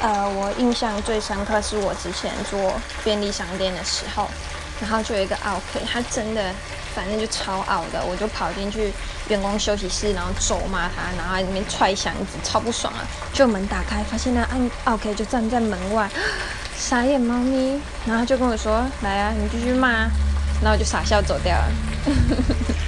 我印象最深刻是我之前做便利商店的时候，然后就有一个奥 K， 他真的反正就超傲的，我就跑进去员工休息室，然后咒骂他，然后在那边踹箱子，超不爽啊！就门打开，发现那奥 K 就站在门外，傻眼猫咪，然后他就跟我说：“来啊，你继续骂啊。”然后我就傻笑走掉了。